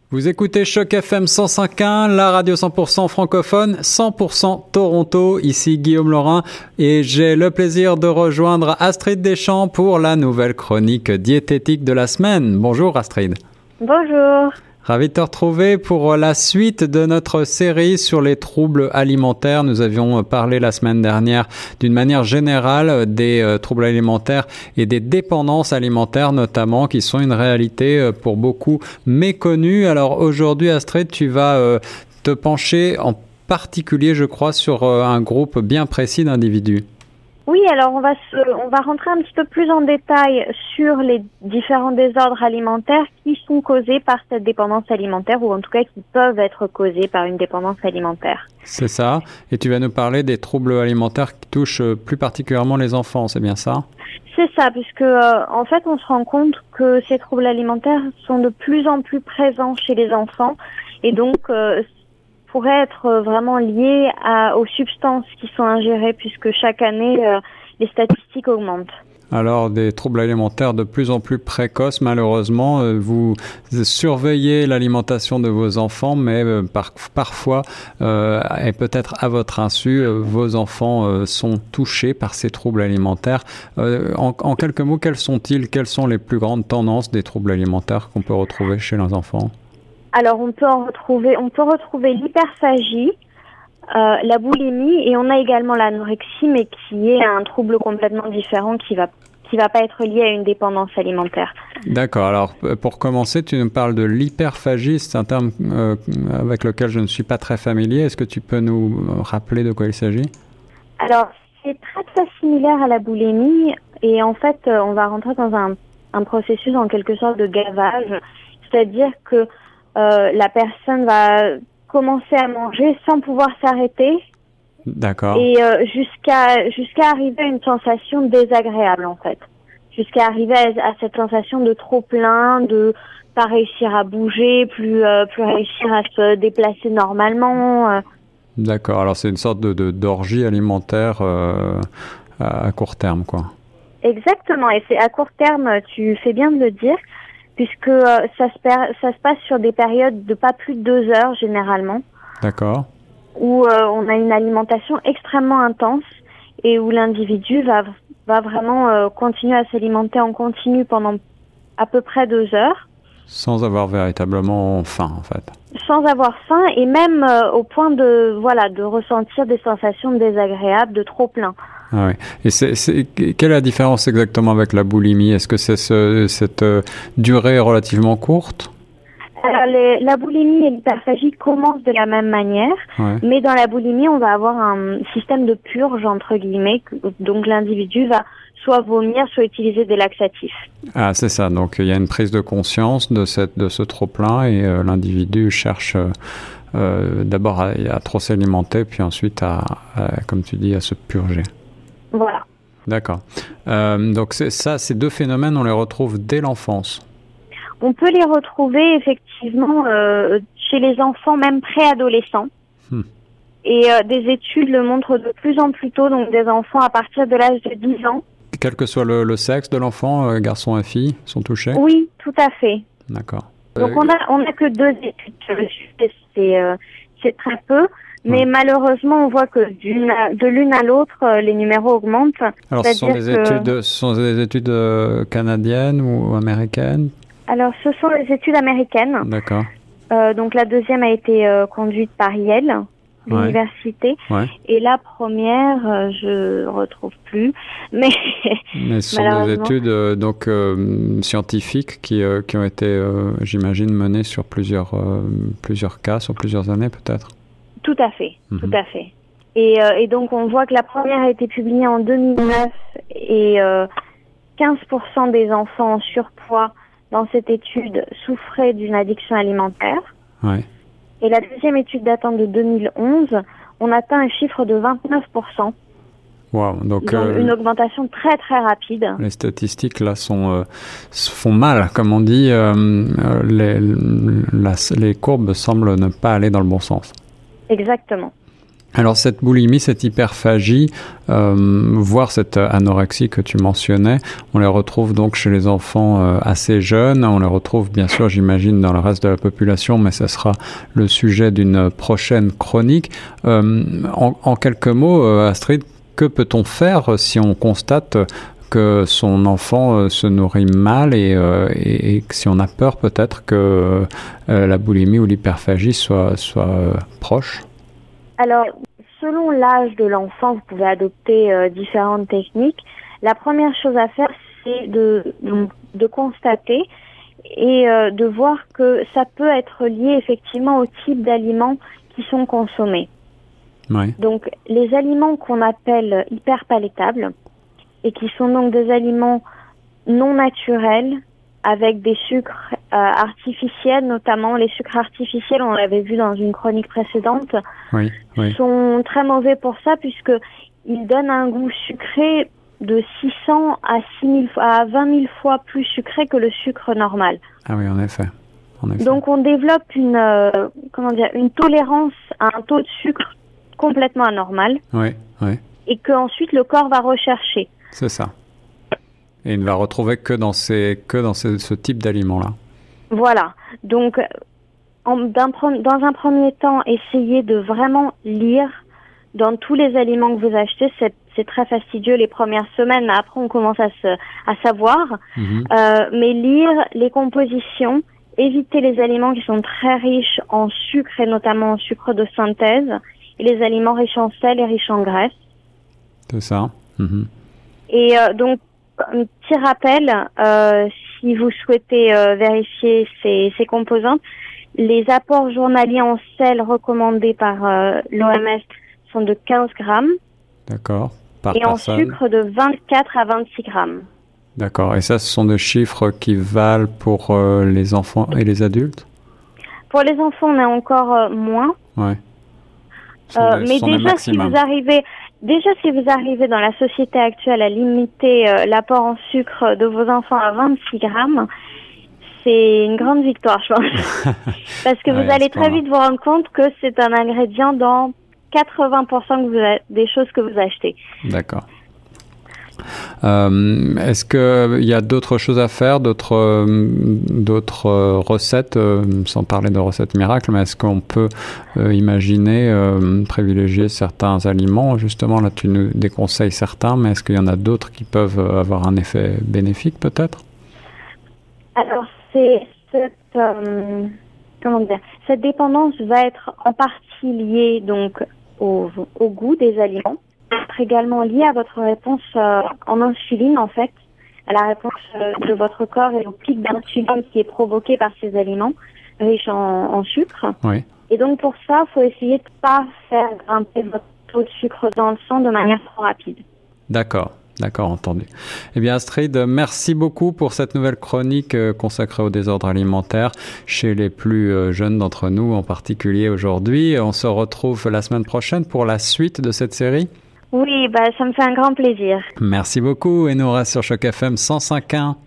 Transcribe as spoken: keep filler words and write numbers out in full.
Vous écoutez Choc F M cent cinq point un, la radio cent pour cent francophone, cent pour cent Toronto. Ici Guillaume Laurin et j'ai le plaisir de rejoindre Astrid Deschamps pour la nouvelle chronique diététique de la semaine. Bonjour Astrid. Bonjour. Ravi de te retrouver pour la suite de notre série sur les troubles alimentaires. Nous avions parlé la semaine dernière d'une manière générale des euh, troubles alimentaires et des dépendances alimentaires notamment, qui sont une réalité euh, pour beaucoup méconnue. Alors aujourd'hui, Astrid, tu vas euh, te pencher en particulier, je crois, sur euh, un groupe bien précis d'individus. Oui, alors on va se, on va rentrer un petit peu plus en détail sur les différents désordres alimentaires qui sont causés par cette dépendance alimentaire, ou en tout cas qui peuvent être causés par une dépendance alimentaire. C'est ça. Et tu vas nous parler des troubles alimentaires qui touchent plus particulièrement les enfants, c'est bien ça? C'est ça, puisque euh, en fait on se rend compte que ces troubles alimentaires sont de plus en plus présents chez les enfants, et donc euh, pourrait être vraiment lié à, aux substances qui sont ingérées, puisque chaque année, euh, les statistiques augmentent. Alors, des troubles alimentaires de plus en plus précoces, malheureusement. Euh, vous surveillez l'alimentation de vos enfants, mais euh, par, parfois, euh, et peut-être à votre insu, euh, vos enfants euh, sont touchés par ces troubles alimentaires. Euh, en, en quelques mots, quels sont-ils? Quelles sont les plus grandes tendances des troubles alimentaires qu'on peut retrouver chez nos enfants? Alors, on peut en retrouver, on peut retrouver l'hyperphagie, euh, la boulimie, et on a également l'anorexie, mais qui est un trouble complètement différent qui va, qui va pas être lié à une dépendance alimentaire. D'accord. Alors, pour commencer, tu nous parles de l'hyperphagie. C'est un terme euh, avec lequel je ne suis pas très familier. Est-ce que tu peux nous rappeler de quoi il s'agit? Alors, c'est très très similaire à la boulimie, et en fait, on va rentrer dans un, un processus en quelque sorte de gavage, c'est-à-dire que Euh, la personne va commencer à manger sans pouvoir s'arrêter. D'accord. Et euh, jusqu'à jusqu'à arriver à une sensation désagréable, en fait. Jusqu'à arriver à, à cette sensation de trop plein, de pas réussir à bouger, plus euh, plus réussir à se déplacer normalement. Euh. D'accord. Alors c'est une sorte de, de d'orgie alimentaire euh, à court terme, quoi. Exactement. Et c'est à court terme. Tu fais bien de le dire, puisque euh, ça se per- ça se passe sur des périodes de pas plus de deux heures généralement. D'accord. Où euh, on a une alimentation extrêmement intense et où l'individu va va vraiment euh, continuer à s'alimenter en continu pendant à peu près deux heures. Sans avoir véritablement faim, en fait. Sans avoir faim, et même euh, au point de voilà de ressentir des sensations désagréables, de trop plein. Ah oui. Et c'est, c'est, quelle est la différence exactement avec la boulimie? Est-ce que c'est ce, cette euh, durée relativement courte? Alors, les, la boulimie et l'hyperphagie commencent de la même manière, ouais. Mais dans la boulimie, on va avoir un système de purge, entre guillemets, donc l'individu va soit vomir, soit utiliser des laxatifs. Ah, c'est ça. Donc, il y a une prise de conscience de, cette, de ce trop-plein, et euh, l'individu cherche euh, euh, d'abord à, à trop s'alimenter, puis ensuite, à, à, comme tu dis, à se purger. Voilà. D'accord. Euh, donc c'est ça, ces deux phénomènes, on les retrouve dès l'enfance. On peut les retrouver effectivement euh, chez les enfants, même préadolescents. Hmm. Et euh, des études le montrent de plus en plus tôt, donc des enfants à partir de l'âge de dix ans. Quel que soit le, le sexe de l'enfant, euh, garçon et fille, sont touchés? Oui, tout à fait. D'accord. Donc euh, on a on a que deux études sur le sujet, c'est euh, c'est très peu. Mais mmh. malheureusement, on voit que d'une, de l'une à l'autre, euh, les numéros augmentent. Alors, ce sont, des que... études, ce sont des études euh, canadiennes ou américaines? Alors, ce sont des études américaines. D'accord. Euh, donc, la deuxième a été euh, conduite par Yale, l'université. Ouais. Ouais. Et la première, euh, je retrouve plus. Mais, mais ce sont des études euh, donc euh, scientifiques qui, euh, qui ont été, euh, j'imagine, menées sur plusieurs, euh, plusieurs cas, sur plusieurs années peut-être? Tout à fait, mmh. tout à fait. Et, euh, et donc, on voit que la première a été publiée en deux mille neuf et euh, quinze pour cent des enfants en surpoids dans cette étude souffraient d'une addiction alimentaire. Ouais. Et la deuxième étude datant de deux mille onze, on atteint un chiffre de vingt-neuf pour cent. Wow, donc, donc euh, une augmentation très très rapide. Les statistiques là sont euh, font mal, comme on dit. Euh, les, la, les courbes semblent ne pas aller dans le bon sens. Exactement. Alors cette boulimie, cette hyperphagie, euh, voire cette anorexie que tu mentionnais, on les retrouve donc chez les enfants euh, assez jeunes. On les retrouve bien sûr, j'imagine, dans le reste de la population, mais ce sera le sujet d'une prochaine chronique. Euh, en, en quelques mots, euh, Astrid, que peut-on faire si on constate que son enfant euh, se nourrit mal et, euh, et, et si on a peur peut-être que euh, la boulimie ou l'hyperphagie soit, soit euh, proche? Alors, selon l'âge de l'enfant, vous pouvez adopter euh, différentes techniques. La première chose à faire, c'est de, de, de constater et euh, de voir que ça peut être lié effectivement au type d'aliments qui sont consommés. Oui. Donc, les aliments qu'on appelle hyperpalétables et qui sont donc des aliments non naturels, avec des sucres euh, artificiels, notamment les sucres artificiels, on l'avait vu dans une chronique précédente, oui, oui. sont très mauvais pour ça puisque ils donnent un goût sucré de six cents à six mille à vingt mille fois plus sucré que le sucre normal. Ah oui, en effet. En effet. Donc on développe une euh, comment dire une tolérance à un taux de sucre complètement anormal. Oui, oui. Et que ensuite le corps va rechercher. C'est ça. Et il ne va retrouver que dans ces, que dans ces, ce type d'aliments-là. Voilà. Donc, en, d'un, dans un premier temps, essayez de vraiment lire dans tous les aliments que vous achetez. C'est, c'est très fastidieux les premières semaines, mais après on commence à, se, à savoir. Mm-hmm. Euh, mais lire les compositions, éviter les aliments qui sont très riches en sucre et notamment en sucre de synthèse, et les aliments riches en sel et riches en graisse. C'est ça. Mm-hmm. Et euh, donc, un petit rappel, euh, si vous souhaitez euh, vérifier ces, ces composantes, les apports journaliers en sel recommandés par euh, l'O M S sont de quinze grammes. D'accord. Par et personne. En sucre de vingt-quatre à vingt-six grammes. D'accord. Et ça, ce sont des chiffres qui valent pour euh, les enfants et les adultes? Pour les enfants, on est encore euh, moins. Ouais. Euh, mais déjà, si vous arrivez... Déjà, si vous arrivez dans la société actuelle à limiter euh, l'apport en sucre de vos enfants à vingt-six grammes, c'est une grande victoire, je pense. Parce que ouais, vous allez très vite vous rendre compte que c'est un ingrédient dans quatre-vingts pour cent que vous a, des choses que vous achetez. D'accord. Euh, est-ce qu'il y a d'autres choses à faire, d'autres, euh, d'autres euh, recettes, euh, sans parler de recettes miracles, mais est-ce qu'on peut euh, imaginer euh, privilégier certains aliments? Justement, là, tu nous déconseilles certains, mais est-ce qu'il y en a d'autres qui peuvent avoir un effet bénéfique, peut-être? Alors, c'est cette, euh, comment dire, cette dépendance va être en partie liée donc au, au goût des aliments. Être également lié à votre réponse euh, en insuline, en fait, à la réponse euh, de votre corps et au pic d'insuline qui est provoqué par ces aliments riches en, en sucre. Oui. Et donc pour ça, il faut essayer de ne pas faire grimper votre taux de sucre dans le sang de manière trop rapide. D'accord. D'accord, entendu. Eh bien, Astrid, merci beaucoup pour cette nouvelle chronique consacrée au désordre alimentaire chez les plus jeunes d'entre nous, en particulier aujourd'hui. On se retrouve la semaine prochaine pour la suite de cette série. Oui, bah, ça me fait un grand plaisir. Merci beaucoup et nous reste sur Choc F M cent cinq point un.